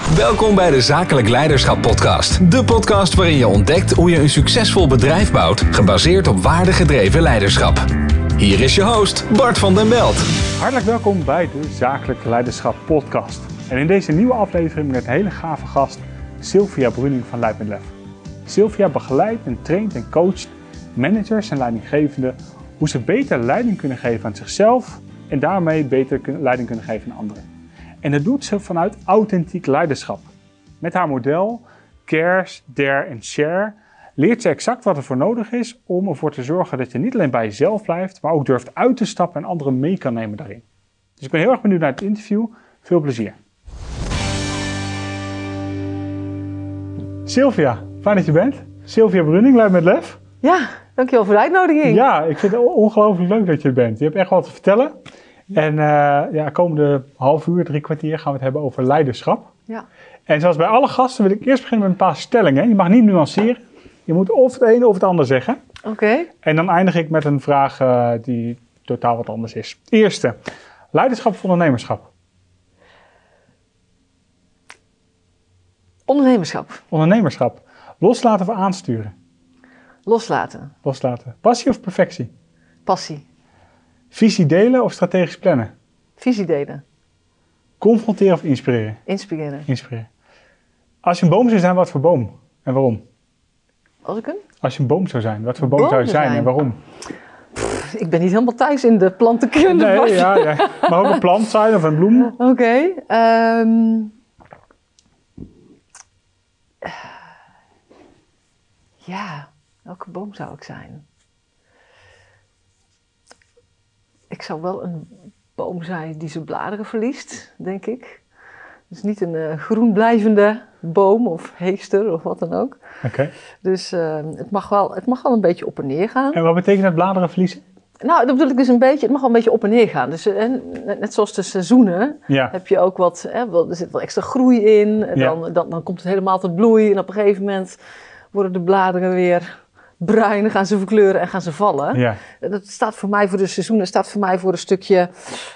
Welkom bij de Zakelijk Leiderschap Podcast. De podcast waarin je ontdekt hoe je een succesvol bedrijf bouwt, gebaseerd op waardegedreven leiderschap. Hier is je host, Bart van den Belt. Hartelijk welkom bij de Zakelijk Leiderschap Podcast. En in deze nieuwe aflevering met een hele gave gast, Sylvia Bruning van Leid met Lef. Sylvia begeleidt en traint en coacht managers en leidinggevenden hoe ze beter leiding kunnen geven aan zichzelf en daarmee beter leiding kunnen geven aan anderen. En dat doet ze vanuit authentiek leiderschap. Met haar model Care, Dare en Share leert ze exact wat er voor nodig is om ervoor te zorgen dat je niet alleen bij jezelf blijft, maar ook durft uit te stappen en anderen mee kan nemen daarin. Dus ik ben heel erg benieuwd naar het interview. Veel plezier. Sylvia, fijn dat je bent. Sylvia Bruning, Leid met Lef. Ja, dankjewel voor de uitnodiging. Ja, ik vind het ongelooflijk leuk dat je er bent. Je hebt echt wat te vertellen. En komende half uur, 3 kwartier gaan we het hebben over leiderschap. Ja. En zoals bij alle gasten wil ik eerst beginnen met een paar stellingen. Je mag niet nuanceren. Je moet of het een of het ander zeggen. Oké. En dan eindig ik met een vraag die totaal wat anders is. Eerste, leiderschap of ondernemerschap? Ondernemerschap. Ondernemerschap. Loslaten of aansturen? Loslaten. Loslaten. Passie of perfectie? Passie. Visie delen of strategisch plannen? Visie delen. Confronteren of inspireren? Inspireren. Inspireren. Als je een boom zou zijn, wat voor boom? En waarom? Als ik een? Als je een boom zou zijn, wat voor boom zou je zijn en waarom? Ik ben niet helemaal thuis in de plantenkunde. Nee, ja. Maar ook een plant zijn of een bloem? Oké. Ja, welke boom zou ik zijn? Ik zou wel een boom zijn die zijn bladeren verliest, denk ik. Dus niet een groen blijvende boom of heester of wat dan ook. Oké. Dus het mag wel een beetje op en neer gaan. En wat betekent dat bladeren verliezen? Nou, dat bedoel ik dus een beetje, het mag wel een beetje op en neer gaan. Dus net zoals de seizoenen heb je ook wat, er zit wel extra groei in. Dan komt het helemaal tot bloei en op een gegeven moment worden de bladeren weer bruin, dan gaan ze verkleuren en gaan ze vallen. Ja. Dat staat voor mij voor de seizoenen, staat voor mij voor een stukje,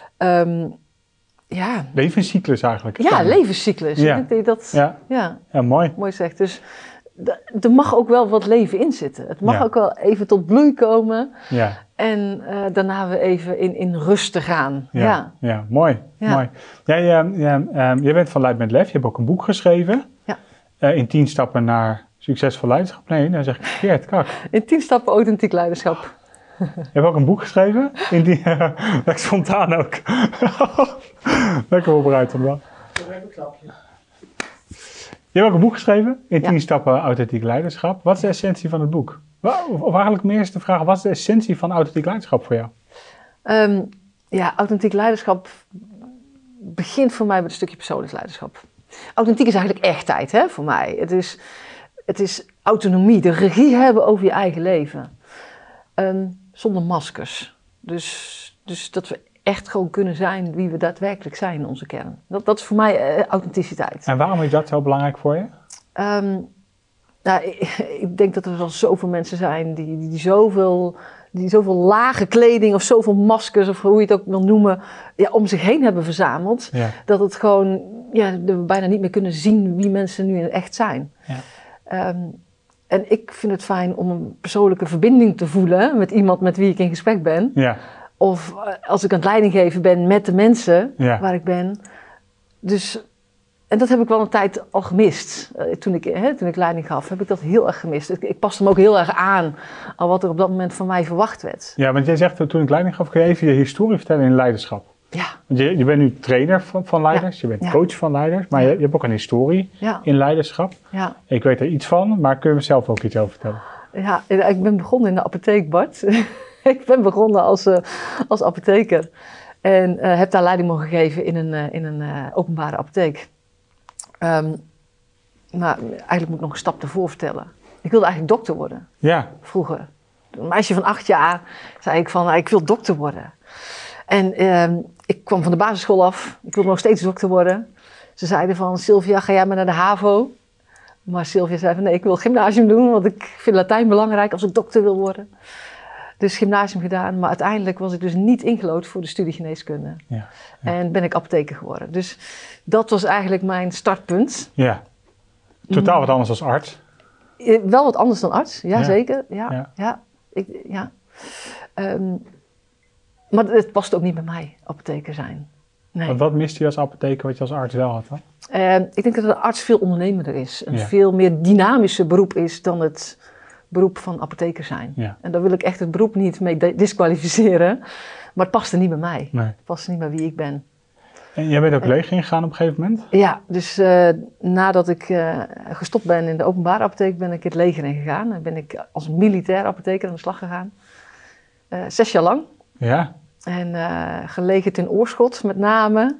levenscyclus eigenlijk. Ja, levenscyclus. Ja. Ik denk dat, ja, mooi. Mooi zegt. Dus er mag ook wel wat leven in zitten. Het mag ook wel even tot bloei komen. Ja. En daarna weer even in rust te gaan. Ja, mooi. Ja. Mooi. Jij bent van Leid met Lef. Je hebt ook een boek geschreven. Ja. In 10 stappen naar succesvol leiderschap. Nee, dan zeg ik verkeerd. Kak. In 10 stappen authentiek leiderschap. Je hebt ook een boek geschreven. Lekker spontaan ook. Lekker voorbereid dan wel. Je hebt ook een boek geschreven. In 10 stappen authentiek leiderschap. Wat is de essentie van het boek? Of eigenlijk meer is de vraag, wat is de essentie van authentiek leiderschap voor jou? Authentiek leiderschap begint voor mij met een stukje persoonlijk leiderschap. Authentiek is eigenlijk echtheid, hè, voor mij. Het is autonomie, de regie hebben over je eigen leven. Zonder maskers. Dus dat we echt gewoon kunnen zijn wie we daadwerkelijk zijn in onze kern. Dat is voor mij authenticiteit. En waarom is dat zo belangrijk voor je? Ik denk dat er wel zoveel mensen zijn die zoveel lage kleding of zoveel maskers of hoe je het ook wil noemen, om zich heen hebben verzameld. Ja. Dat het gewoon, dat we bijna niet meer kunnen zien wie mensen nu in het echt zijn. Ja. En ik vind het fijn om een persoonlijke verbinding te voelen met iemand met wie ik in gesprek ben. Ja. Of als ik aan het leiding geven ben met de mensen waar ik ben. Dus, en dat heb ik wel een tijd al gemist. Toen ik leiding gaf, heb ik dat heel erg gemist. Ik paste hem ook heel erg aan wat er op dat moment van mij verwacht werd. Ja, want jij zegt toen ik leiding gaf, kun je even je historie vertellen in leiderschap? Ja. Want je bent nu trainer van leiders, je bent coach van leiders, maar je hebt ook een historie in leiderschap. Ja. Ik weet er iets van, maar kun je me zelf ook iets over vertellen? Ja, ik ben begonnen in de apotheek, Bart. Ik ben begonnen als apotheker en heb daar leiding mogen geven in een openbare apotheek. Maar eigenlijk moet ik nog een stap ervoor vertellen. Ik wilde eigenlijk dokter worden. Ja. Vroeger. Een meisje van 8 jaar zei ik van, ik wil dokter worden. En ik kwam van de basisschool af. Ik wilde nog steeds dokter worden. Ze zeiden van, Sylvia, ga jij maar naar de HAVO? Maar Sylvia zei van, nee, ik wil het gymnasium doen, want ik vind Latijn belangrijk als ik dokter wil worden. Dus gymnasium gedaan, maar uiteindelijk was ik dus niet ingelood voor de studie geneeskunde. Ja. En ben ik apotheker geworden. Dus dat was eigenlijk mijn startpunt. Ja. Totaal wat anders als arts. Wel wat anders dan arts, ja. Zeker. Maar het past ook niet bij mij, apotheker zijn. Nee. Want wat miste je als apotheker wat je als arts wel had dan? Ik denk dat een arts veel ondernemender is. Een veel meer dynamischer beroep is dan het beroep van apotheker zijn. Ja. En daar wil ik echt het beroep niet mee disqualificeren. Maar het paste niet bij mij. Nee. Het paste niet bij wie ik ben. En jij bent ook leeg ingegaan op een gegeven moment? Ja, dus nadat ik gestopt ben in de openbare apotheek, ben ik het leger ingegaan. Dan ben ik als militair apotheker aan de slag gegaan. 6 jaar lang. Ja. En gelegerd in Oorschot met name.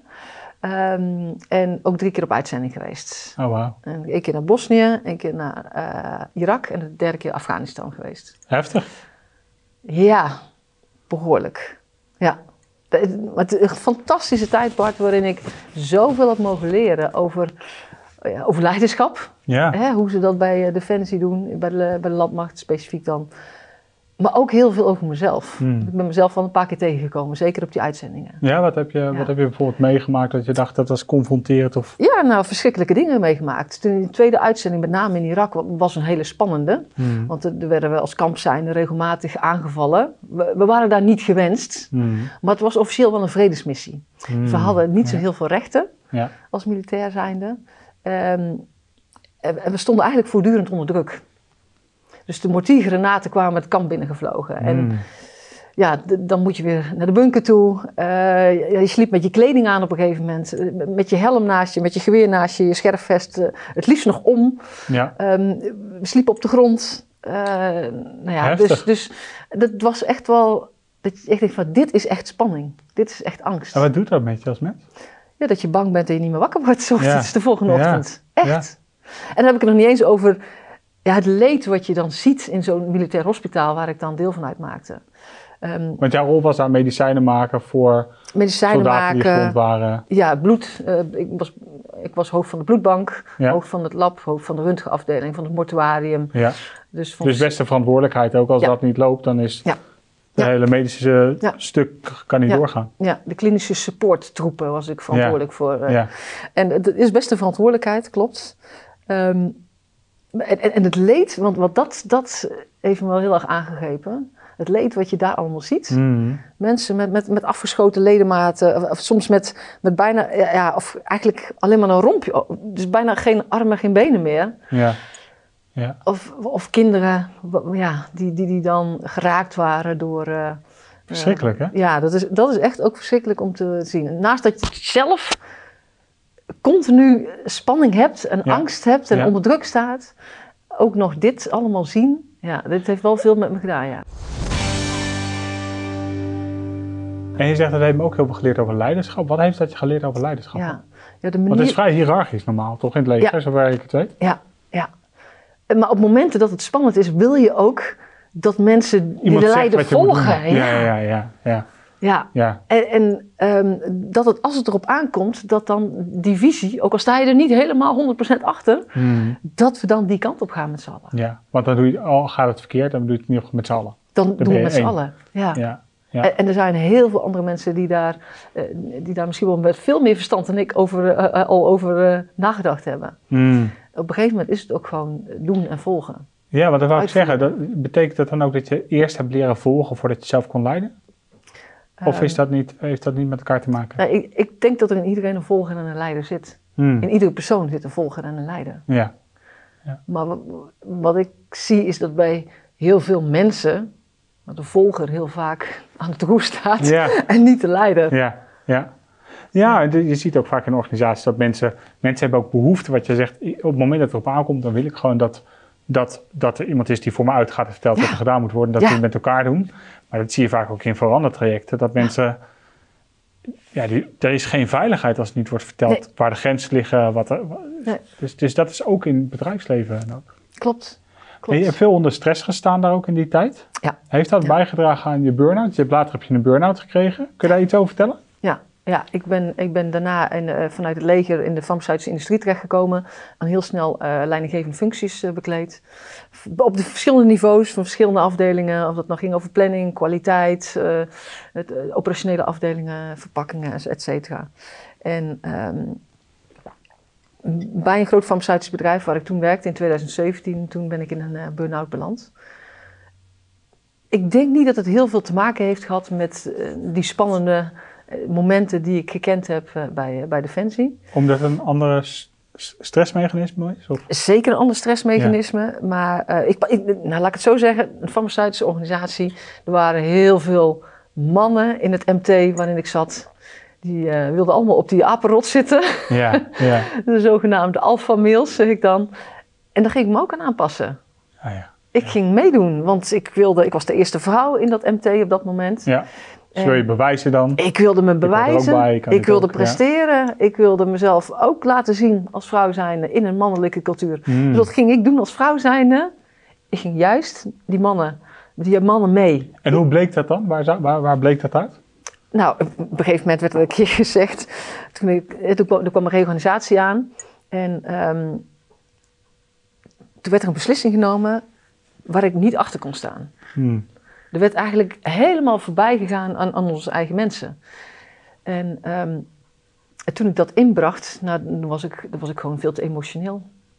En ook 3 keer op uitzending geweest. Oh, wauw. 1 keer naar Bosnië, 1 keer naar Irak en de 3e keer Afghanistan geweest. Heftig? Ja, behoorlijk. Ja. Het een fantastische tijd, Bart, waarin ik zoveel had mogen leren over leiderschap. Ja. Hè, hoe ze dat bij Defensie doen, bij de landmacht specifiek dan. Maar ook heel veel over mezelf. Ik ben mezelf al een paar keer tegengekomen, zeker op die uitzendingen. Ja, wat heb je bijvoorbeeld meegemaakt dat je dacht dat was confronterend? Of... Ja, nou, verschrikkelijke dingen meegemaakt. Toen in de tweede uitzending, met name in Irak, was een hele spannende. Want er werden we als kampzijnde regelmatig aangevallen. We waren daar niet gewenst, maar het was officieel wel een vredesmissie. We hadden niet zo heel veel rechten als militair zijnde. En we stonden eigenlijk voortdurend onder druk. Dus de mortiergranaten kwamen het kamp binnengevlogen. En ja, dan moet je weer naar de bunker toe. Je sliep met je kleding aan op een gegeven moment. Met je helm naast je, met je geweer naast je, je scherfvest. Het liefst nog om. Ja. We sliepen op de grond. Dus dat was echt wel... Dat je echt denkt van, dit is echt spanning. Dit is echt angst. En wat doet dat met je als mens? Ja, dat je bang bent en je niet meer wakker wordt 's ochtends de volgende ochtend. Echt. Ja. En dan heb ik het nog niet eens over... Ja, het leed wat je dan ziet in zo'n militair hospitaal waar ik dan deel van uitmaakte. Want jouw rol was aan medicijnen maken voor soldaten die gewond waren? Ja, bloed. Ik was hoofd van de bloedbank, hoofd van het lab, hoofd van de röntgenafdeling, van het mortuarium. Ja. Dus beste verantwoordelijkheid ook. Als dat niet loopt, dan is het hele medische stuk kan niet doorgaan. Ja, de klinische supporttroepen was ik verantwoordelijk voor. En het is best een verantwoordelijkheid, klopt. En het leed, want dat heeft me wel heel erg aangegrepen. Het leed wat je daar allemaal ziet. Mensen met afgeschoten ledematen, of soms met bijna, of eigenlijk alleen maar een rompje. Dus bijna geen armen, geen benen meer. Ja. Ja. Of kinderen die dan geraakt waren door... verschrikkelijk, hè? Ja, dat is echt ook verschrikkelijk om te zien. Naast dat je zelf continu spanning hebt en angst hebt en onder druk staat, ook nog dit allemaal zien. Ja, dit heeft wel veel met me gedaan, ja. En je zegt dat heeft me ook heel veel geleerd over leiderschap. Wat heeft dat je geleerd over leiderschap? Ja, de manier... Want het is vrij hiërarchisch normaal, toch? In het leger, zover ik het weet. Ja. Maar op momenten dat het spannend is, wil je ook dat mensen die de leider volgen. Ja. En dat het, als het erop aankomt, dat dan die visie, ook al sta je er niet helemaal 100% achter, dat we dan die kant op gaan met z'n allen. Ja, want dan gaat het verkeerd, dan doe je het niet met z'n allen. Dan doen we het met z'n allen, ja. En er zijn heel veel andere mensen die daar misschien wel met veel meer verstand dan ik al over nagedacht hebben. Op een gegeven moment is het ook gewoon doen en volgen. Ja, want dat wou ik zeggen. Betekent dat dan ook dat je eerst hebt leren volgen voordat je zelf kon leiden? Of heeft dat niet met elkaar te maken? Nou, ik denk dat er in iedereen een volger en een leider zit. In iedere persoon zit een volger en een leider. Ja. Maar wat ik zie is dat bij heel veel mensen dat de volger heel vaak aan het roer staat en niet de leider. Ja, je ziet ook vaak in organisaties dat mensen hebben ook behoefte. Wat je zegt, op het moment dat het erop aankomt, dan wil ik gewoon dat er iemand is die voor me uitgaat en vertelt wat er gedaan moet worden. Dat we het met elkaar doen. Maar dat zie je vaak ook in verandertrajecten. Dat mensen... er is geen veiligheid als het niet wordt verteld waar de grenzen liggen. Dus dat is ook in het bedrijfsleven ook. Klopt. En je hebt veel onder stress gestaan daar ook in die tijd. Ja. Heeft dat bijgedragen aan je burn-out? Later heb je een burn-out gekregen. Kun je daar iets over vertellen? Ja, ik ben daarna vanuit het leger in de farmaceutische industrie terechtgekomen. En heel snel leidinggevende functies bekleed. Op de verschillende niveaus van verschillende afdelingen. Of dat nog ging over planning, kwaliteit, operationele afdelingen, verpakkingen, et cetera. En bij een groot farmaceutisch bedrijf waar ik toen werkte in 2017, toen ben ik in een burn-out beland. Ik denk niet dat het heel veel te maken heeft gehad met die spannende momenten die ik gekend heb bij Defensie. Omdat het een andere stressmechanisme is? Of? Zeker een ander stressmechanisme, ja. Maar laat ik het zo zeggen, een farmaceutische organisatie, er waren heel veel mannen in het MT waarin ik zat. Die wilden allemaal op die apenrot zitten. Ja, ja. De zogenaamde alpha-mails, zeg ik dan. En daar ging ik me ook aan aanpassen. Ah, ja. Ik ging meedoen, want ik was de eerste vrouw in dat MT op dat moment. Ja. Dus wil je bewijzen dan? Ik wilde me bewijzen, ik wilde presteren. Ja. Ik wilde mezelf ook laten zien als vrouw zijnde in een mannelijke cultuur. Dus dat ging ik doen als vrouw zijnde. Ik ging juist die mannen mee. En hoe bleek dat dan? Waar bleek dat uit? Nou, op een gegeven moment werd er een keer gezegd, er kwam een reorganisatie aan en toen werd er een beslissing genomen waar ik niet achter kon staan. Er werd eigenlijk helemaal voorbij gegaan aan onze eigen mensen. En toen ik dat inbracht, dan was ik gewoon veel te emotioneel.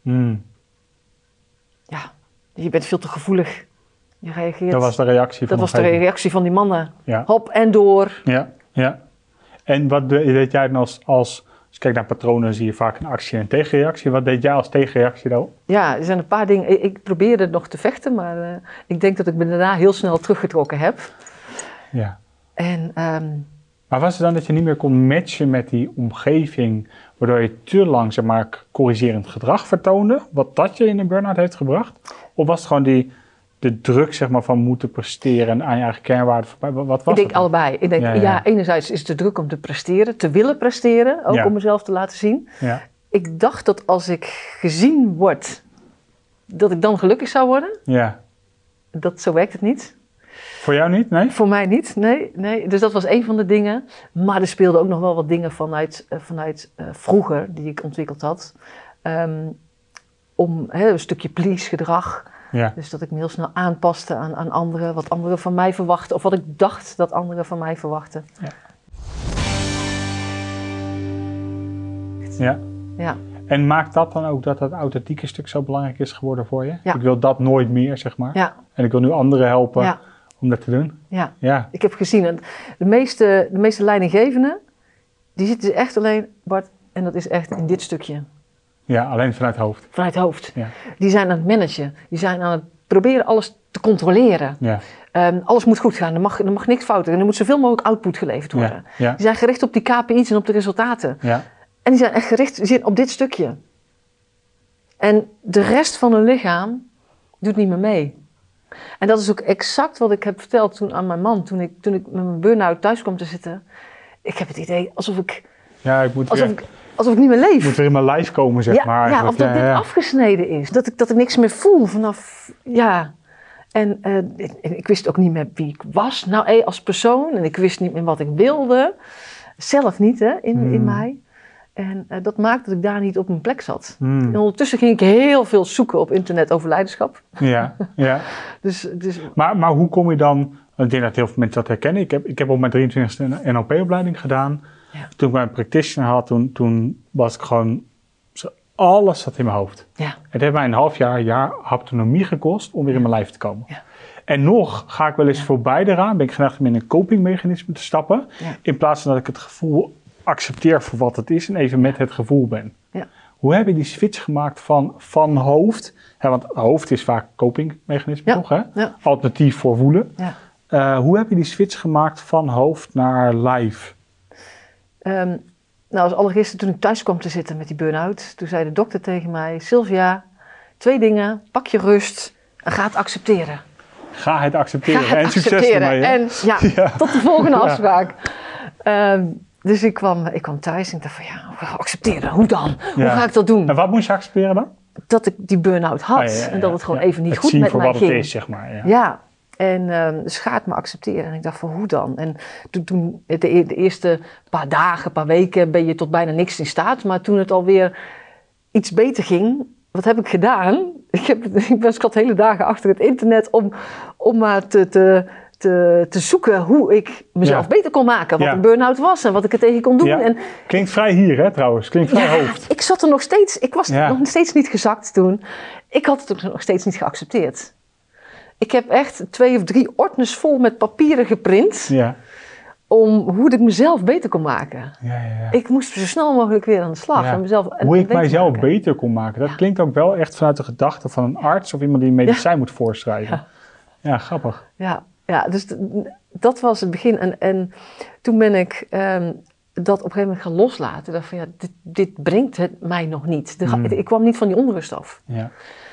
Ja, je bent veel te gevoelig. Je reageert. Dat was de reactie van die mannen. Ja. Hop en door. Ja, ja. En wat deed jij dan als je kijkt naar patronen, zie je vaak een actie en een tegenreactie. Wat deed jij als tegenreactie daarop? Ja, er zijn een paar dingen. Ik probeerde nog te vechten, maar ik denk dat ik me daarna heel snel teruggetrokken heb. Ja. En, maar was het dan dat je niet meer kon matchen met die omgeving, waardoor je te lang, zeg maar, corrigerend gedrag vertoonde, wat dat je in een burn-out heeft gebracht? Of was het gewoon de druk, zeg maar, van moeten presteren en aan je eigen kernwaarden voorbij? Wat was ik denk allebei. Ik denk, enerzijds is de druk om te presteren, te willen presteren, ook om mezelf te laten zien. Ja. Ik dacht dat als ik gezien word, dat ik dan gelukkig zou worden. Ja. Zo werkt het niet. Voor jou niet? Nee? Voor mij niet, nee. Dus dat was een van de dingen. Maar er speelden ook nog wel wat dingen vanuit vroeger, die ik ontwikkeld had. Om een stukje please gedrag. Ja. Dus dat ik me heel snel aanpaste aan anderen, wat anderen van mij verwachten, of wat ik dacht dat anderen van mij verwachten. Ja. Ja. Ja. En maakt dat dan ook dat authentieke stuk zo belangrijk is geworden voor je? Ja. Ik wil dat nooit meer, zeg maar. Ja. En ik wil nu anderen helpen om dat te doen. Ja. Ja. Ik heb gezien, de meeste leidinggevenden, die zitten echt alleen, Bart, en dat is echt in dit stukje. Ja, alleen vanuit hoofd. Vanuit hoofd. Ja. Die zijn aan het managen. Die zijn aan het proberen alles te controleren. Ja. Alles moet goed gaan. Er mag niks fout gaan. Er moet zoveel mogelijk output geleverd worden. Ja. Ja. Die zijn gericht op die KPI's en op de resultaten. Ja. En die zijn echt gericht op dit stukje. En de rest van hun lichaam doet niet meer mee. En dat is ook exact wat ik heb verteld toen aan mijn man. Toen ik met mijn burn-out thuis kwam te zitten. Ik heb het idee alsof ik niet meer leef. Moet weer in mijn lijf komen, zeg maar. Ja, of dat dit afgesneden is. Dat ik niks meer voel vanaf, En ik wist ook niet meer wie ik was, als persoon. En ik wist niet meer wat ik wilde. Zelf niet, in mij. En dat maakte dat ik daar niet op mijn plek zat. En ondertussen ging ik heel veel zoeken op internet over leiderschap. Ja, ja. dus... Maar hoe kom je dan... Ik denk dat heel veel mensen dat herkennen. Ik heb op mijn 23e een NLP-opleiding gedaan. Ja. Toen ik mijn practitioner had, toen was ik gewoon... Alles zat in mijn hoofd. Ja. Het heeft mij een jaar autonomie gekost om weer in mijn lijf te komen. Ja. En nog ga ik wel eens voorbij eraan. Ben ik geneigd om in een copingmechanisme te stappen. Ja. In plaats van dat ik het gevoel accepteer voor wat het is en even met het gevoel ben. Ja. Hoe heb je die switch gemaakt van hoofd? Want hoofd is vaak copingmechanisme, toch? Hè? Ja. Alternatief voor voelen. Ja. Hoe heb je die switch gemaakt van hoofd naar lijf? Als allereerste toen ik thuis kwam te zitten met die burn-out, toen zei de dokter tegen mij, Sylvia, 2 dingen, pak je rust en ga het accepteren. Ga het accepteren en succes ermee. En tot de volgende afspraak. Dus ik kwam thuis en ik dacht van accepteren, hoe dan? Hoe ga ik dat doen? En wat moest je accepteren dan? Dat ik die burn-out had en dat het gewoon even niet goed met mij ging. Het zien voor wat het is, zeg maar. Ja. En dus ga het me accepteren. En ik dacht van, hoe dan? En toen de eerste paar dagen, paar weken ben je tot bijna niks in staat. Maar toen het alweer iets beter ging, wat heb ik gedaan? Ik zat hele dagen achter het internet om maar te zoeken hoe ik mezelf beter kon maken. Wat een burn-out was en wat ik er tegen kon doen. Ja. En, klinkt vrij hier, hè, trouwens. Klinkt vrij hoofd. Ik zat er nog steeds, ik was nog steeds niet gezakt toen. Ik had het ook nog steeds niet geaccepteerd. Ik heb echt 2 of 3 ordners vol met papieren geprint. Ja. Om hoe ik mezelf beter kon maken. Ja. Ik moest zo snel mogelijk weer aan de slag. En mezelf hoe ik mijzelf beter kon maken. Dat klinkt ook wel echt vanuit de gedachte van een arts of iemand die een medicijn moet voorschrijven. Ja, grappig. Ja, dus dat was het begin. En toen ben ik dat op een gegeven moment gaan loslaten. Ik dacht van dit brengt het mij nog niet. Ik kwam niet van die onrust af. Ja.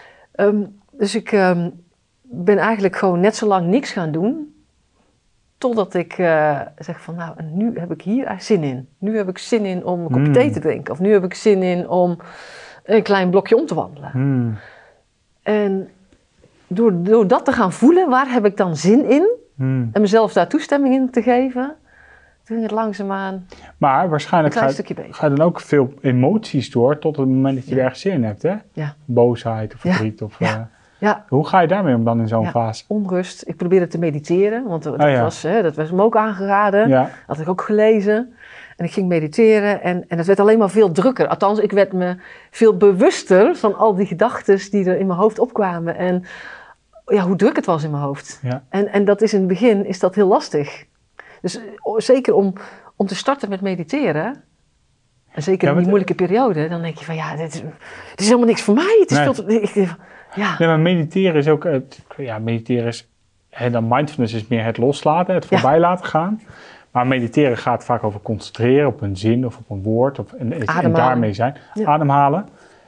Dus ik ben eigenlijk gewoon net zo lang niks gaan doen. Totdat ik zeg van nu heb ik hier zin in. Nu heb ik zin in om een kopje thee te drinken. Of nu heb ik zin in om een klein blokje om te wandelen. En door dat te gaan voelen, waar heb ik dan zin in? En mezelf daar toestemming in te geven. Toen ging het langzaamaan maar waarschijnlijk ga je dan ook veel emoties door tot het moment dat je er ergens zin in hebt. Hè? Ja. Boosheid of verdriet. Of, Ja. Hoe ga je daarmee om dan in zo'n fase? Onrust. Ik probeerde te mediteren, want dat was me ook aangeraden. Ja. Dat had ik ook gelezen. En ik ging mediteren en het werd alleen maar veel drukker. Althans, ik werd me veel bewuster van al die gedachten die er in mijn hoofd opkwamen. En hoe druk het was in mijn hoofd. Ja. En dat is in het begin is dat heel lastig. Dus zeker om te starten met mediteren... En zeker in die moeilijke periode, dan denk je van dit is helemaal niks voor mij. Het is veel te... Nee, maar mediteren is ook... mediteren is... dan mindfulness is meer het loslaten, het voorbij laten gaan. Maar mediteren gaat vaak over concentreren op een zin of op een woord. En daarmee zijn. Ja. Ademhalen.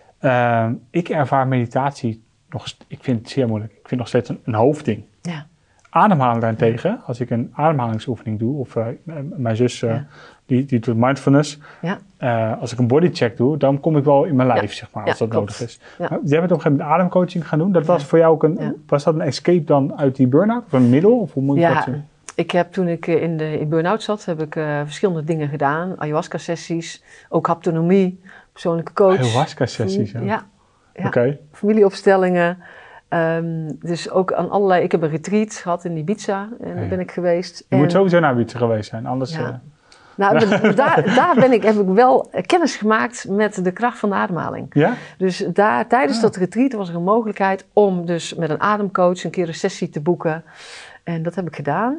Ik ervaar meditatie ik vind het zeer moeilijk. Ik vind nog steeds een hoofdding. Ja. Ademhalen daarentegen, als ik een ademhalingsoefening doe, of mijn zus die doet mindfulness. Ja. Als ik een bodycheck doe, dan kom ik wel in mijn lijf, zeg maar, als dat nodig is. Ja. Jij bent op een gegeven moment ademcoaching gaan doen. Dat was voor jou ook was dat een escape dan uit die burn-out? Of een middel? Of hoe moet je dat zien? Ik heb toen ik in burn-out zat, heb ik verschillende dingen gedaan. Ayahuasca-sessies, ook haptonomie, persoonlijke coach. Ayahuasca-sessies, ja. Okay. Familieopstellingen. Dus ook aan allerlei... Ik heb een retreat gehad in Ibiza en daar ben ik geweest. Je moet sowieso naar Ibiza geweest zijn, anders... Ja. Daar heb ik wel kennis gemaakt met de kracht van de ademhaling. Ja? Dus tijdens dat retreat was er een mogelijkheid om dus met een ademcoach een keer een sessie te boeken. En dat heb ik gedaan.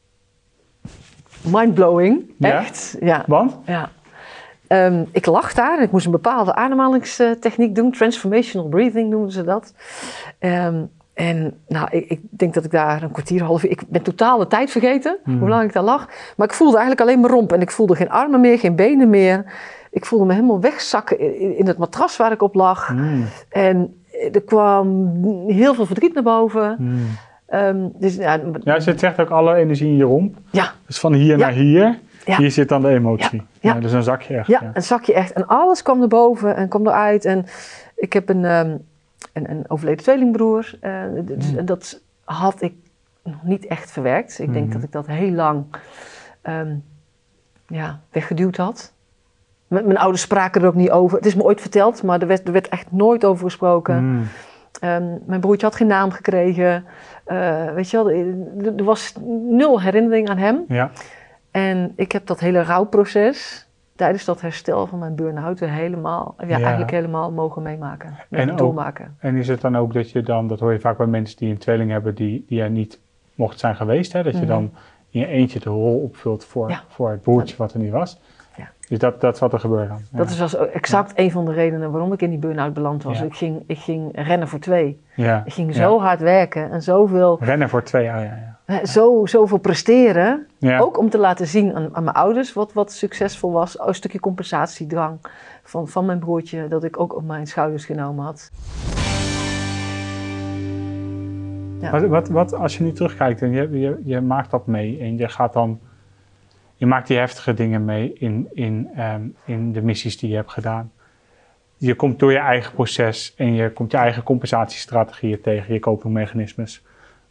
Mindblowing, echt. Ja. Want? Ja. Ik lag daar en ik moest een bepaalde ademhalingstechniek doen. Transformational breathing noemen ze dat. Ik denk dat ik daar een kwartier, half uur... Ik ben totaal de tijd vergeten, hoe lang ik daar lag. Maar ik voelde eigenlijk alleen mijn romp. En ik voelde geen armen meer, geen benen meer. Ik voelde me helemaal wegzakken in het matras waar ik op lag. En er kwam heel veel verdriet naar boven. Je zegt ook alle energie in je romp. Ja. Dus van hier naar hier. Ja. Hier zit dan de emotie. Ja. Dus een zakje echt. Ja, een zakje echt. En alles kwam naar boven en kwam eruit. En ik heb een overleden tweelingbroer. En dat had ik nog niet echt verwerkt. Ik denk dat ik dat heel lang weggeduwd had. Mijn ouders spraken er ook niet over. Het is me ooit verteld, maar er werd echt nooit over gesproken. Mijn broertje had geen naam gekregen. Weet je wel, er was 0 herinnering aan hem. Ja. En ik heb dat hele rouwproces tijdens dat herstel van mijn burn-out eigenlijk helemaal mogen meemaken. Doormaken. En is het dan ook dat je dan, dat hoor je vaak bij mensen die een tweeling hebben die er niet mocht zijn geweest, hè? Dat je dan in je eentje de rol opvult voor het broertje wat er niet was. Ja. Dus dat is wat er gebeurde dan. Ja. Dat was exact een van de redenen waarom ik in die burn-out beland was. Ja. Ik ging rennen voor 2. Ja. Ik ging zo hard werken en zoveel... Rennen voor 2, Zoveel presteren. Ja. Ook om te laten zien aan mijn ouders wat succesvol was. Een stukje compensatiedrang van mijn broertje dat ik ook op mijn schouders genomen had. Ja. Wat als je nu terugkijkt en je maakt dat mee en je maakt die heftige dingen mee in de missies die je hebt gedaan. Je komt door je eigen proces en je komt je eigen compensatiestrategieën tegen, je copingmechanismes.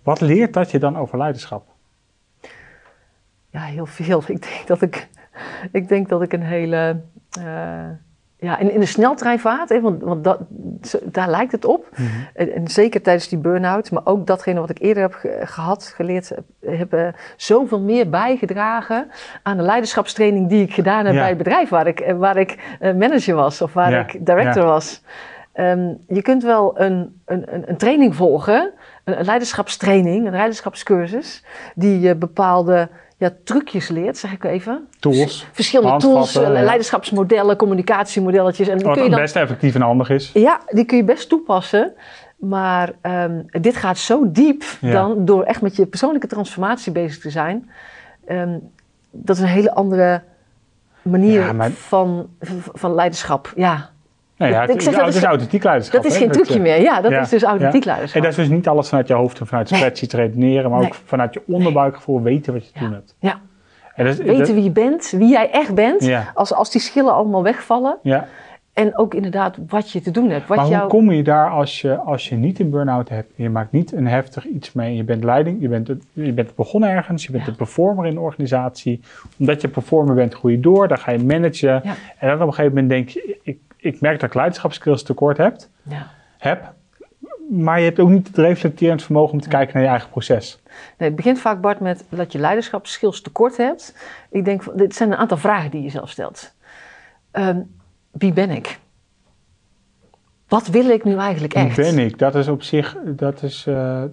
Wat leert dat je dan over leiderschap? Ja, heel veel. Ik denk dat ik een hele... in de sneltreinvaart, want daar lijkt het op. Mm-hmm. En zeker tijdens die burn-out, maar ook datgene wat ik eerder heb geleerd, heb zoveel meer bijgedragen aan de leiderschapstraining die ik gedaan heb bij het bedrijf waar ik manager was of waar ik director was. Je kunt wel een training volgen, een leiderschapstraining, een leiderschapscursus, die je bepaalde trucjes leert, zeg ik even. Tools. Verschillende tools, leiderschapsmodellen, communicatiemodelletjes. En wat best effectief en handig is. Ja, die kun je best toepassen. Maar dit gaat zo diep dan door echt met je persoonlijke transformatie bezig te zijn. Dat is een hele andere manier van leiderschap. Ja. Het is authentiek leiderschap. Dat is geen trucje meer. Ja, dat is dus authentiek leiderschap. En dat is dus niet alles vanuit je hoofd en vanuit spreadsheets redeneren, maar ook vanuit je onderbuikgevoel weten wat je te doen hebt. Ja. Weten wie je bent, wie jij echt bent, Ja. Als die schillen allemaal wegvallen. Ja. En ook inderdaad wat je te doen hebt. Hoe kom je daar als je niet een burn-out hebt, je maakt niet een heftig iets mee, je bent leiding, je bent begonnen ergens, je bent de performer in de organisatie. Omdat je performer bent, groei je door, dan ga je managen. Ja. En dan op een gegeven moment denk je, ik merk dat ik leiderschapskills tekort heb, maar je hebt ook niet het reflecterend vermogen om te kijken naar je eigen proces. Nee, het begint vaak, Bart, met dat je leiderschapskills tekort hebt. Ik denk, dit zijn een aantal vragen die je zelf stelt. Wie ben ik? Wat wil ik nu eigenlijk echt? Wie ben ik? Dat is op zich, dat is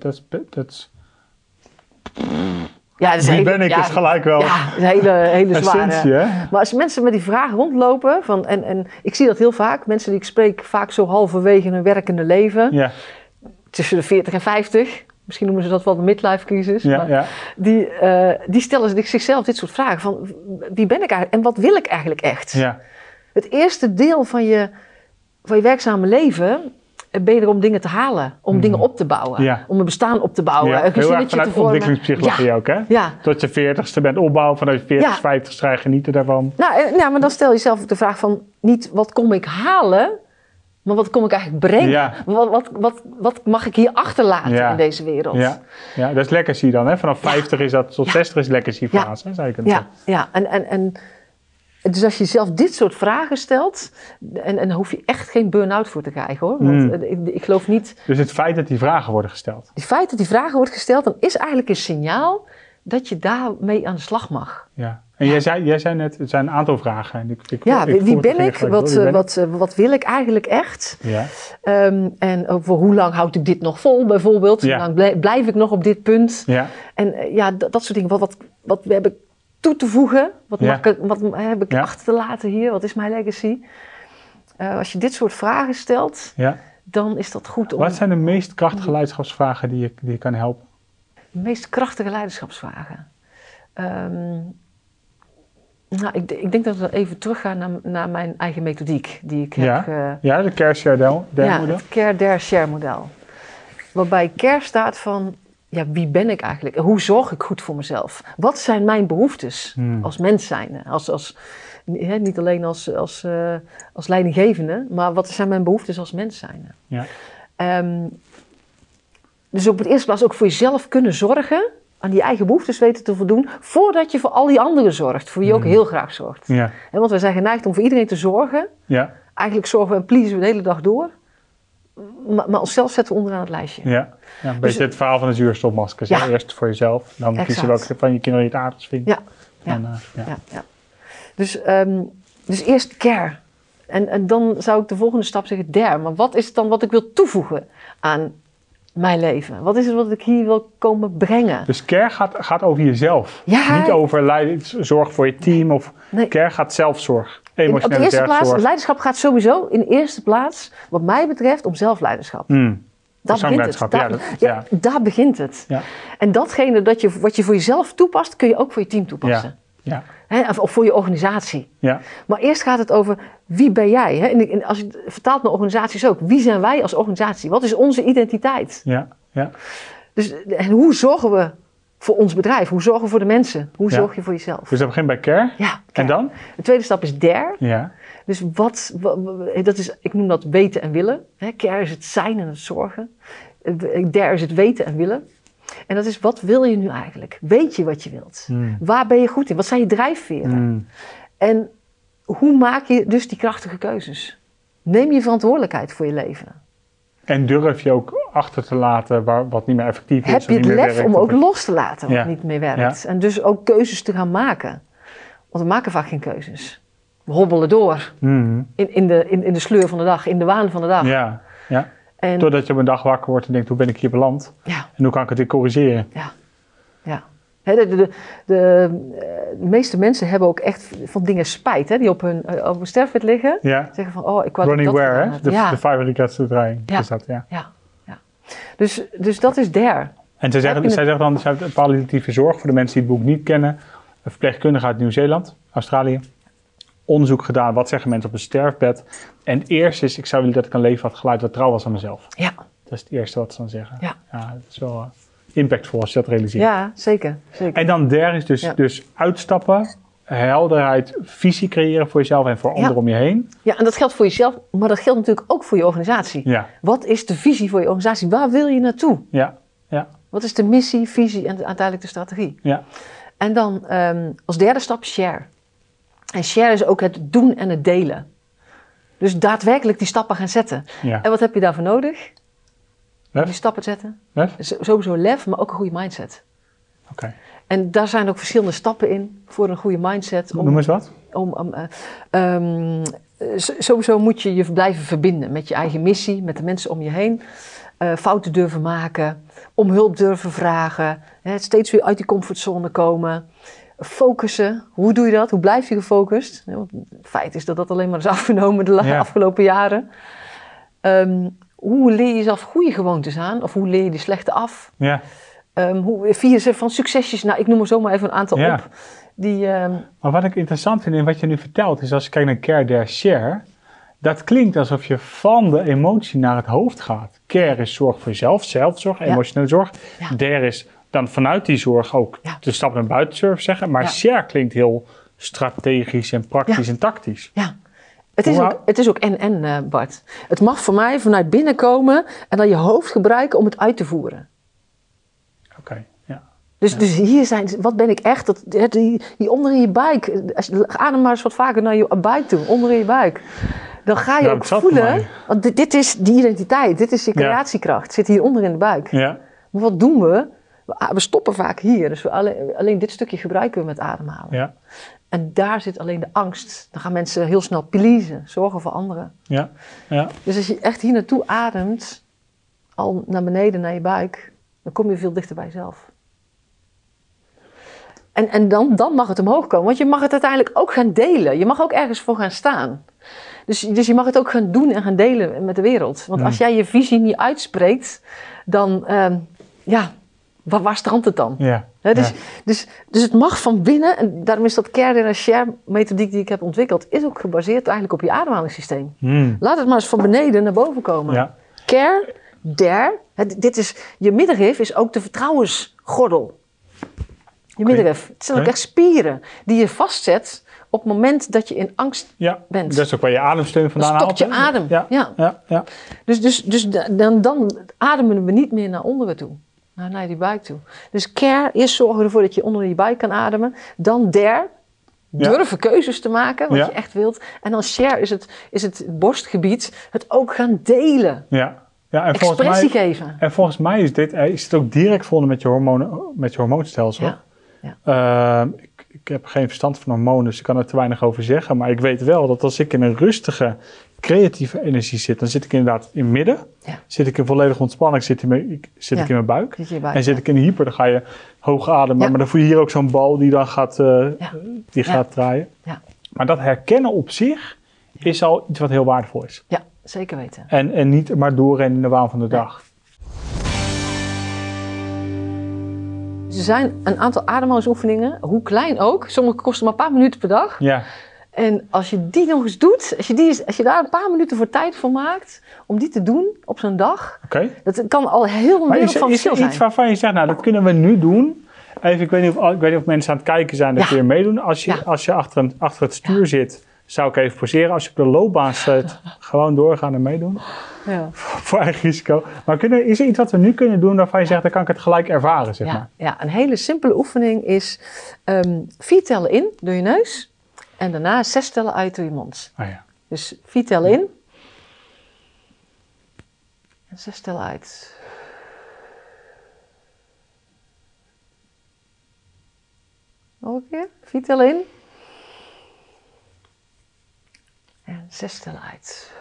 ja, dat is wie ben ik is gelijk wel een hele zware. Essentie, hè? Maar als mensen met die vraag rondlopen, en ik zie dat heel vaak, mensen die ik spreek vaak zo halverwege hun werkende leven, tussen de 40 en 50, misschien noemen ze dat wel de midlife crisis, die stellen zichzelf dit soort vragen van wie ben ik eigenlijk en wat wil ik eigenlijk echt? Ja. Het eerste deel van je werkzame leven ben je er om dingen te halen, om dingen op te bouwen, om een bestaan op te bouwen, een gezinnetje te vormen. Ontwikkelingspsychologie ook, hè? Ja. Tot je 40ste bent opbouwen, vanuit je 40ste, 50ste ga je genieten daarvan. Nou, maar dan stel je zelf de vraag van niet wat kom ik halen, maar wat kom ik eigenlijk brengen? Ja. Wat mag ik hier achterlaten in deze wereld? Ja, dat is legacy dan, hè? Vanaf 50 is dat tot 60 is legacy fase, hè, zou je kunnen zeggen. Ja, en dus als je jezelf dit soort vragen stelt, en daar hoef je echt geen burn-out voor te krijgen, hoor. Want ik geloof niet... Dus het feit dat die vragen worden gesteld? Het feit dat die vragen worden gesteld, dan is eigenlijk een signaal dat je daarmee aan de slag mag. Ja. En jij zei net, het zijn een aantal vragen. Wie ben ik? Wat wil ik eigenlijk echt? Ja. En voor hoe lang houd ik dit nog vol, bijvoorbeeld? Hoe lang blijf ik nog op dit punt? Ja. En dat soort dingen. Wat heb ik toe te voegen? Wat heb ik achter te laten hier? Wat is mijn legacy? Als je dit soort vragen stelt, dan is dat goed. Wat zijn de meest krachtige leiderschapsvragen die je kan helpen? De meest krachtige leiderschapsvragen? Ik denk dat we even teruggaan naar mijn eigen methodiek die ik heb. De Care-Share-model. Het Care-Share-model. Waarbij Care staat van, wie ben ik eigenlijk? Hoe zorg ik goed voor mezelf? Wat zijn mijn behoeftes als mens zijnde? Niet alleen als leidinggevende, maar wat zijn mijn behoeftes als mens zijnde? Ja. Dus op het eerste plaats ook voor jezelf kunnen zorgen, aan die eigen behoeftes weten te voldoen, voordat je voor al die anderen zorgt, voor wie je ook heel graag zorgt. Ja. Want wij zijn geneigd om voor iedereen te zorgen. Ja. Eigenlijk zorgen we en pleasen we de hele dag door. Maar onszelf zetten we onderaan het lijstje. Ja, een beetje het verhaal van de zuurstofmaskers. Ja. Eerst voor jezelf, dan kies je welke van je kinderen je het aardigst vindt. Ja. Dus eerst care. En dan zou ik de volgende stap zeggen dare. Maar wat is het dan wat ik wil toevoegen aan mijn leven? Wat is het wat ik hier wil komen brengen? Dus care gaat over jezelf. Ja. Niet over zorg voor je team. Care gaat zelfzorg. Op de eerste plaats, leiderschap gaat sowieso in de eerste plaats, wat mij betreft, om zelfleiderschap. Daar begint het. Daar begint het. Ja. En datgene wat je voor jezelf toepast, kun je ook voor je team toepassen. Ja. Of voor je organisatie. Ja. Maar eerst gaat het over wie ben jij? En als je het vertaalt naar organisaties ook. Wie zijn wij als organisatie? Wat is onze identiteit? Ja. Ja. Dus, en hoe zorgen we voor ons bedrijf? Hoe zorgen we voor de mensen? Hoe zorg je voor jezelf? Dus dat begint bij care? Ja. Care. En dan? De tweede stap is dare. Ja. Dus dat is, ik noem dat weten en willen. Care is het zijn en het zorgen. Dare is het weten en willen. En dat is, wat wil je nu eigenlijk? Weet je wat je wilt? Waar ben je goed in? Wat zijn je drijfveren? En hoe maak je dus die krachtige keuzes? Neem je verantwoordelijkheid voor je leven. En durf je ook achter te laten wat niet meer effectief is. Heb je het lef om ook los te laten wat niet meer werkt? Ja. En dus ook keuzes te gaan maken. Want we maken vaak geen keuzes. We hobbelen door. In de sleur van de dag, in de waan van de dag. Ja. En, doordat je op een dag wakker wordt en denkt, hoe ben ik hier beland? Ja. En hoe kan ik het weer corrigeren? Ja. De meeste mensen hebben ook echt van dingen spijt. Hè, die op hun sterfbed liggen. Ja. Zeggen van, ik wou Ronnie dat Ware, gedaan hè? De 5 regrets to dying. Ja. Is dat, ja. Dus dat is there. En zij zeggen dan, zij heeft palliatieve zorg voor de mensen die het boek niet kennen. Een verpleegkundige uit Nieuw-Zeeland, Australië. Onderzoek gedaan, wat zeggen mensen op een sterfbed. En het eerste is, ik zou willen dat ik een leven had geleid wat trouw was aan mezelf. Ja. Dat is het eerste wat ze dan zeggen. Ja. Dat is wel impactvol als je dat realiseert. Ja, zeker. En dan derde is dus uitstappen, helderheid, visie creëren voor jezelf en voor anderen om je heen. Ja, en dat geldt voor jezelf, maar dat geldt natuurlijk ook voor je organisatie. Ja. Wat is de visie voor je organisatie? Waar wil je naartoe? Ja. Wat is de missie, visie en uiteindelijk de strategie? Ja. En dan als derde stap share. En share is ook het doen en het delen. Dus daadwerkelijk die stappen gaan zetten. Ja. En wat heb je daarvoor nodig? Lef? Om die stappen te zetten? Lef? Sowieso lef, maar ook een goede mindset. Oké. En daar zijn ook verschillende stappen in voor een goede mindset. Noem eens wat. Sowieso moet je je blijven verbinden met je eigen missie, met de mensen om je heen. Fouten durven maken, om hulp durven vragen, steeds weer uit die comfortzone komen. Focussen, hoe doe je dat? Hoe blijf je gefocust? Want het feit is dat dat alleen maar is afgenomen de afgelopen jaren. Hoe leer je jezelf goede gewoontes aan? Of hoe leer je die slechte af? Ja. Hoe vier ze van succesjes? Nou, ik noem er zomaar even een aantal op. Maar wat ik interessant vind in wat je nu vertelt, is als je kijkt naar care, dare, share. Dat klinkt alsof je van de emotie naar het hoofd gaat. Care is zorg voor jezelf, zelfzorg, emotionele zorg. Ja. Dare is dan vanuit die zorg ook de stap naar buiten durven zeggen. Maar share klinkt heel strategisch en praktisch en tactisch. Ja. Het is ook en, Bart. Het mag voor mij vanuit binnen komen en dan je hoofd gebruiken om het uit te voeren. Oké, ja. Dus hier zijn, wat ben ik echt? Die onder in je buik. Adem maar eens wat vaker naar je buik toe, onder in je buik. Dan ga je ook voelen, want dit is die identiteit, dit is je creatiekracht. Zit hier onder in de buik. Ja. Maar wat doen we? We stoppen vaak hier, dus alleen dit stukje gebruiken we met ademhalen. Ja. En daar zit alleen de angst. Dan gaan mensen heel snel pleasen, zorgen voor anderen. Ja. Ja. Dus als je echt hier naartoe ademt, al naar beneden, naar je buik, dan kom je veel dichter bij jezelf. En dan mag het omhoog komen, want je mag het uiteindelijk ook gaan delen. Je mag ook ergens voor gaan staan. Dus je mag het ook gaan doen en gaan delen met de wereld. Want als jij je visie niet uitspreekt, dan, waar strandt het dan? Ja. Dus het mag van binnen, en daarom is dat care and share methodiek die ik heb ontwikkeld, is ook gebaseerd eigenlijk op je ademhalingssysteem. Laat het maar eens van beneden naar boven komen. Ja. Care, dare, je middenrif is ook de vertrouwensgordel. Je middenrif. Het zijn ook echt spieren die je vastzet op het moment dat je in angst bent. Dat is ook waar je ademsteun vandaan haalt. Stopt je adem. Ja. Dus dan ademen we niet meer naar onderen toe. Naar die buik toe. Dus care, eerst zorgen ervoor dat je onder je buik kan ademen. Dan dare, durven keuzes te maken, wat je echt wilt. En dan share is het borstgebied, het ook gaan delen. Ja. Ja, en expressie geven. En volgens mij is dit ook direct verbonden met je hormoonstelsel. Ja. Ja. Ik heb geen verstand van hormonen, dus ik kan er te weinig over zeggen. Maar ik weet wel dat als ik in een rustige, creatieve energie zit, dan zit ik inderdaad in het midden. Ja. Zit ik in volledige ontspanning, zit ik in mijn buik. En zit ik in de hyper, dan ga je hoog ademen. Ja. Maar dan voel je hier ook zo'n bal die dan gaat draaien. Ja. Maar dat herkennen op zich is al iets wat heel waardevol is. Ja, zeker weten. En niet maar doorrennen in de waan van de dag. Er zijn een aantal ademhalingsoefeningen, hoe klein ook. Sommige kosten maar een paar minuten per dag. Ja. En als je die nog eens doet, als je daar een paar minuten voor tijd voor maakt, om die te doen op zo'n dag, dat kan al heel een wereld van verschil zijn. Is er iets waarvan je zegt, nou dat kunnen we nu doen? Even, ik weet niet of mensen aan het kijken zijn dat weer meedoen. Als je achter het stuur zit, zou ik even poseren. Als je op de loopbaan zit, gewoon doorgaan en meedoen. Ja. Voor eigen risico. Maar is er iets wat we nu kunnen doen waarvan je zegt, dan kan ik het gelijk ervaren, zeg maar? Ja, een hele simpele oefening is 4 tellen in door je neus en daarna 6 tellen uit door je mond. Oh ja. Dus 4 tellen in en 6 tellen uit. Nog een keer. 4 tellen in en 6 tellen uit.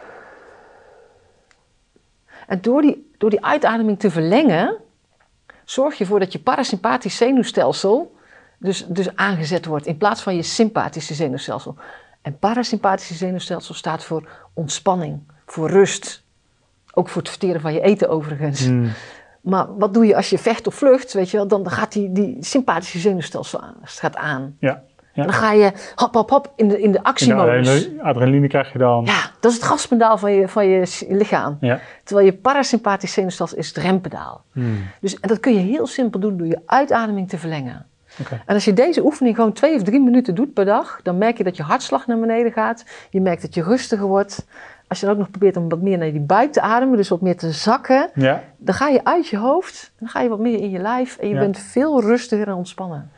En door die uitademing te verlengen, zorg je ervoor dat je parasympathisch zenuwstelsel dus aangezet wordt in plaats van je sympathische zenuwstelsel. En parasympathische zenuwstelsel staat voor ontspanning, voor rust. Ook voor het verteren van je eten overigens. Maar wat doe je als je vecht of vlucht, weet je wel, dan gaat die sympathische zenuwstelsel aan. Ja. En dan ga je hop in de actiemodus. Adrenaline krijg je dan. Ja, dat is het gaspedaal van je lichaam. Ja. Terwijl je parasympathisch zenuwstelsel is het rempedaal. En dat kun je heel simpel doen door je uitademing te verlengen. Okay. En als je deze oefening gewoon 2 of 3 minuten doet per dag, dan merk je dat je hartslag naar beneden gaat. Je merkt dat je rustiger wordt. Als je dan ook nog probeert om wat meer naar die buik te ademen, dus wat meer te zakken, dan ga je uit je hoofd, dan ga je wat meer in je lijf en je bent veel rustiger en ontspannen.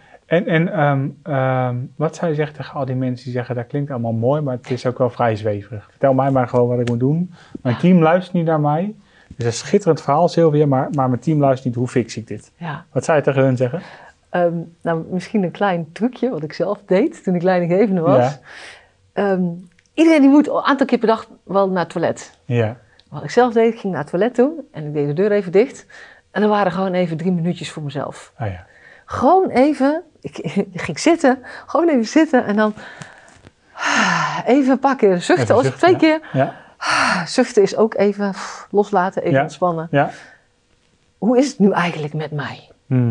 En wat zou je zeggen tegen al die mensen die zeggen, dat klinkt allemaal mooi, maar het is ook wel vrij zweverig. Vertel mij maar gewoon wat ik moet doen. Mijn team luistert niet naar mij. Het is een schitterend verhaal, Sylvia, maar mijn team luistert niet. Hoe fix ik dit? Ja. Wat zou je tegen hun zeggen? Nou, misschien een klein trucje wat ik zelf deed toen ik leidinggevende was. Ja. Iedereen die moet een aantal keer per dag wel naar het toilet. Ja. Wat ik zelf deed, ik ging naar het toilet toe en ik deed de deur even dicht. En dan waren gewoon even 3 minuutjes voor mezelf. Ah, ja. Gewoon even, ik ging zitten, gewoon even zitten en dan even een paar keer zuchten. Als 2 keer. Ja. Zuchten is ook even loslaten, even ontspannen. Ja. Hoe is het nu eigenlijk met mij?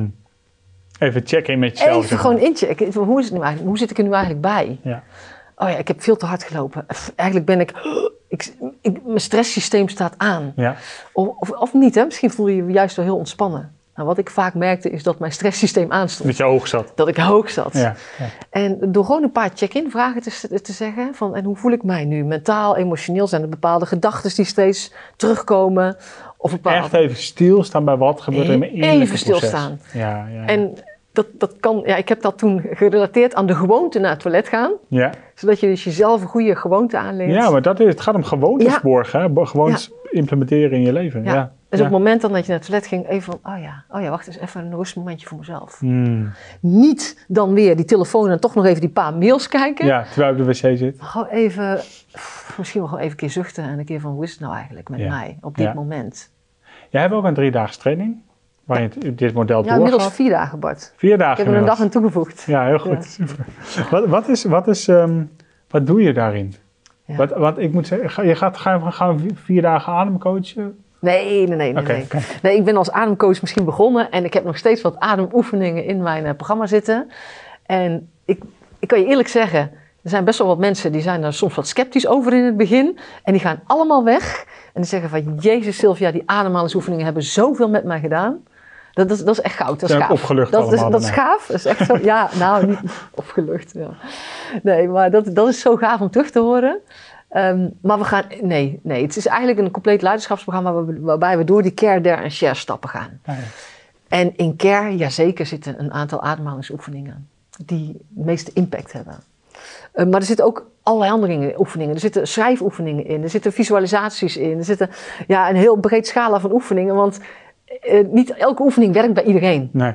Even checken met jezelf. Even gewoon inchecken. Hoe is het nu eigenlijk? Hoe zit ik er nu eigenlijk bij? Ja. Oh ja, ik heb veel te hard gelopen. Eigenlijk ben mijn stresssysteem staat aan. Ja. Of niet, hè? Misschien voel je je juist wel heel ontspannen. Nou, wat ik vaak merkte is dat mijn stresssysteem aanstond. Dat je hoog zat. Dat ik hoog zat. Ja. Ja. En door gewoon een paar check-in vragen te zeggen van, en hoe voel ik mij nu? Mentaal, emotioneel, zijn er bepaalde gedachten die steeds terugkomen? Of echt even stilstaan bij wat gebeurt er in mijn innerlijke proces. Even stilstaan. Ja. En dat kan, ik heb dat toen gerelateerd aan de gewoonte naar het toilet gaan. Ja. Zodat je dus jezelf een goede gewoonte aanleert. Ja, maar het gaat om gewoontes borgen. Gewoontes implementeren in je leven. Ja. Dus op het moment dan dat je naar het toilet ging, even van, oh ja, wacht eens, even een rustmomentje voor mezelf. Niet dan weer die telefoon en toch nog even die paar mails kijken. Ja, terwijl je op de wc zit. Gewoon even, misschien wel gewoon even een keer zuchten en een keer van, hoe is het nou eigenlijk met mij op dit moment? Jij hebt ook een 3-daagse training, waar je dit model doorgaat. Ja, inmiddels 4 dagen, Bart. 4 dagen. Ik heb er een dag aan toegevoegd. Ja, heel goed. Ja. Wat doe je daarin? Ja. Want ik moet zeggen, gaan we 4 dagen ademcoachen? Nee. Nee, ik ben als ademcoach misschien begonnen en ik heb nog steeds wat ademoefeningen in mijn programma zitten. En ik kan je eerlijk zeggen, er zijn best wel wat mensen die zijn daar soms wat sceptisch over in het begin. En die gaan allemaal weg en die zeggen van, Jezus Sylvia, die ademhalingsoefeningen hebben zoveel met mij gedaan. Dat is echt goud, dat is gaaf. Opgelucht dat is gaaf, dat is echt zo, ja, nou niet opgelucht. Ja. Nee, maar dat is zo gaaf om terug te horen. Maar we gaan, nee, het is eigenlijk een compleet leiderschapsprogramma waarbij we door die care, dare en share stappen gaan. Ah, ja. En in care, jazeker, zitten een aantal ademhalingsoefeningen die de meeste impact hebben. Maar er zitten ook allerlei andere oefeningen. Er zitten schrijfoefeningen in, er zitten visualisaties in, er zitten een heel breed scala van oefeningen, want niet elke oefening werkt bij iedereen. Nee.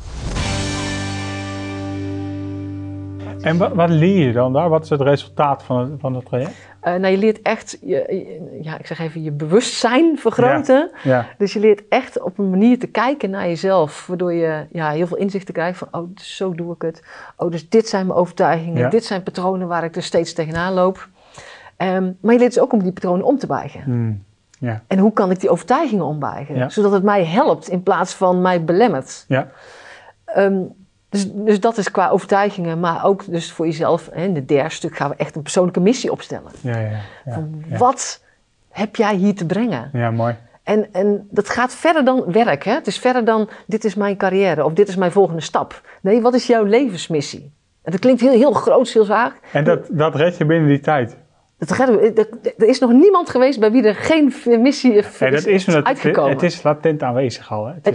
En wat leer je dan daar? Wat is het resultaat van het traject? Je leert echt, ik zeg even, je bewustzijn vergroten. Ja. Dus je leert echt op een manier te kijken naar jezelf, waardoor je heel veel inzichten krijgt van, oh, dus zo doe ik het. Oh, dus dit zijn mijn overtuigingen, dit zijn patronen waar ik dus steeds tegenaan loop. Maar je leert dus ook om die patronen om te buigen. Ja. En hoe kan ik die overtuigingen ombuigen? Zodat het mij helpt in plaats van mij belemmert. Ja. Dus dat is qua overtuigingen, maar ook dus voor jezelf. In het derde stuk gaan we echt een persoonlijke missie opstellen. Wat heb jij hier te brengen? Ja, mooi. En dat gaat verder dan werk. Hè? Het is verder dan, dit is mijn carrière of dit is mijn volgende stap. Nee, wat is jouw levensmissie? En dat klinkt heel groot, heel zwaar. En dat red je binnen die tijd? Er is nog niemand geweest bij wie er geen missie is uitgekomen. Het is latent aanwezig al. Hè? Het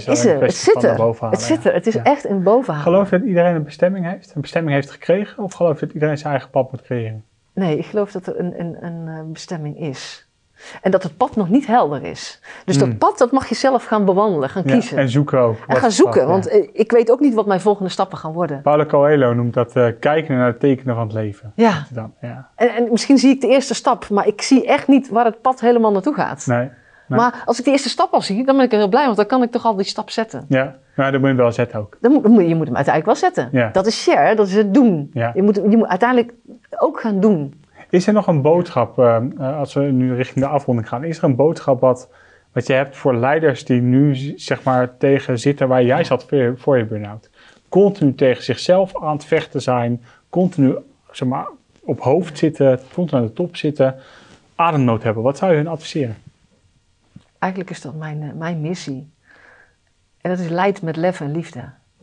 is echt in bovenhalen. Geloof je dat iedereen een bestemming heeft gekregen? Of geloof je dat iedereen zijn eigen pad moet creëren? Nee, ik geloof dat er een bestemming is. En dat het pad nog niet helder is. Dus dat pad, dat mag je zelf gaan bewandelen, gaan kiezen. En zoeken ook. En gaan zoeken, want ik weet ook niet wat mijn volgende stappen gaan worden. Paulo Coelho noemt dat kijken naar het tekenen van het leven. Ja. En misschien zie ik de eerste stap, maar ik zie echt niet waar het pad helemaal naartoe gaat. Nee. Maar als ik de eerste stap al zie, dan ben ik er heel blij, want dan kan ik toch al die stap zetten. Ja, maar dan moet je hem wel zetten ook. Je moet hem uiteindelijk wel zetten. Ja. Dat is share, dat is het doen. Ja. Je moet uiteindelijk ook gaan doen. Is er nog een boodschap, als we nu richting de afronding gaan, is er een boodschap wat je hebt voor leiders die nu zeg maar tegen zitten waar jij zat voor je burn-out? Continu tegen zichzelf aan het vechten zijn, continu zeg maar, op hoofd zitten, continu aan de top zitten, ademnood hebben. Wat zou je hun adviseren? Eigenlijk is dat mijn missie. En dat is leid met lef en liefde.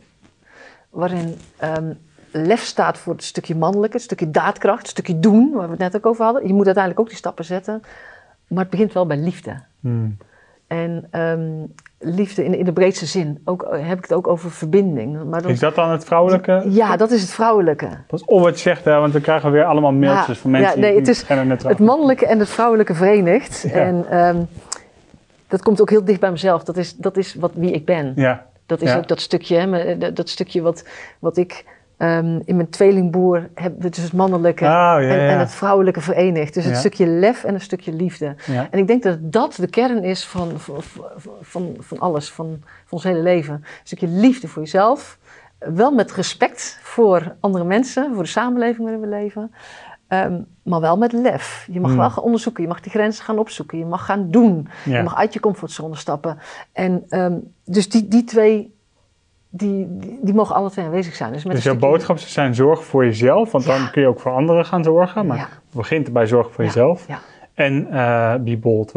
Waarin lef staat voor het stukje mannelijke, het stukje daadkracht, het stukje doen, waar we het net ook over hadden. Je moet uiteindelijk ook die stappen zetten. Maar het begint wel bij liefde. En liefde in de breedste zin. Ook, heb ik het ook over verbinding. Maar is dat dan het vrouwelijke? Ja, dat is het vrouwelijke. Dat is wat je zegt, hè, want dan krijgen we weer allemaal mailtjes van mensen die het is het mannelijke en het vrouwelijke verenigd. Ja. En dat komt ook heel dicht bij mezelf. Dat is wie ik ben. Ja. Dat is ook dat stukje, hè, dat stukje wat ik in mijn tweelingboer heb, dus het mannelijke en het vrouwelijke verenigd. Dus het stukje lef en een stukje liefde. Ja. En ik denk dat dat de kern is van alles, van ons hele leven. Een stukje liefde voor jezelf, wel met respect voor andere mensen, voor de samenleving waarin we leven. Maar wel met lef. Je mag wel gaan onderzoeken, je mag die grenzen gaan opzoeken, je mag gaan doen. Ja. Je mag uit je comfortzone stappen. En dus die twee, die mogen alle twee aanwezig zijn. Dus jouw boodschap zijn zorg voor jezelf, want dan kun je ook voor anderen gaan zorgen. Maar het begint bij zorg voor jezelf. Ja. En be bold,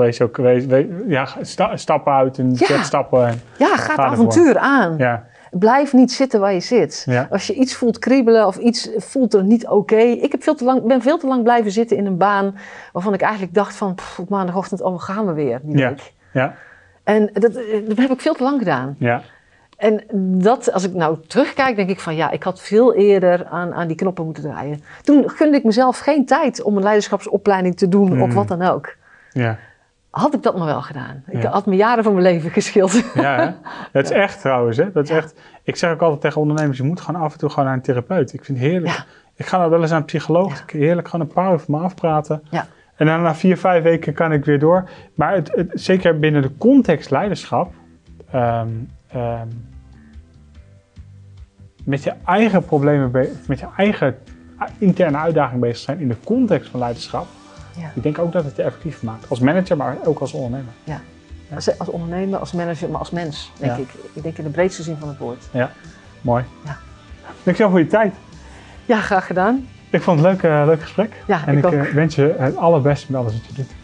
stap uit en zet stappen. Ga het avontuur aan. Ja. Blijf niet zitten waar je zit. Ja. Als je iets voelt kriebelen of iets voelt er niet oké. Ik ben veel te lang blijven zitten in een baan waarvan ik eigenlijk dacht van op maandagochtend, gaan we weer die week. Ja. En dat heb ik veel te lang gedaan. Ja. En dat, als ik nou terugkijk, denk ik van ik had veel eerder aan die knoppen moeten draaien. Toen gunde ik mezelf geen tijd om een leiderschapsopleiding te doen of wat dan ook. Ja. Had ik dat maar wel gedaan. Ik had me jaren van mijn leven gescheeld. Ja, hè? Dat is echt trouwens. Hè? Dat is echt. Ik zeg ook altijd tegen ondernemers, je moet gewoon af en toe naar een therapeut. Ik vind het heerlijk. Ja. Ik ga nou wel eens naar een psycholoog. Ja. Heerlijk gewoon een paar uur van me afpraten. Ja. En dan na 4-5 weken kan ik weer door. Maar het zeker binnen de context leiderschap. Met je eigen problemen, met je eigen interne uitdaging bezig zijn in de context van leiderschap. Ja. Ik denk ook dat het je effectief maakt. Als manager, maar ook als ondernemer. Ja. Als ondernemer, als manager, maar als mens, denk ik. Ik denk in de breedste zin van het woord. Ja, mooi. Ja. Dankjewel voor je tijd. Ja, graag gedaan. Ik vond het een leuk gesprek. Ja, en ik wens je het allerbeste met alles wat je doet.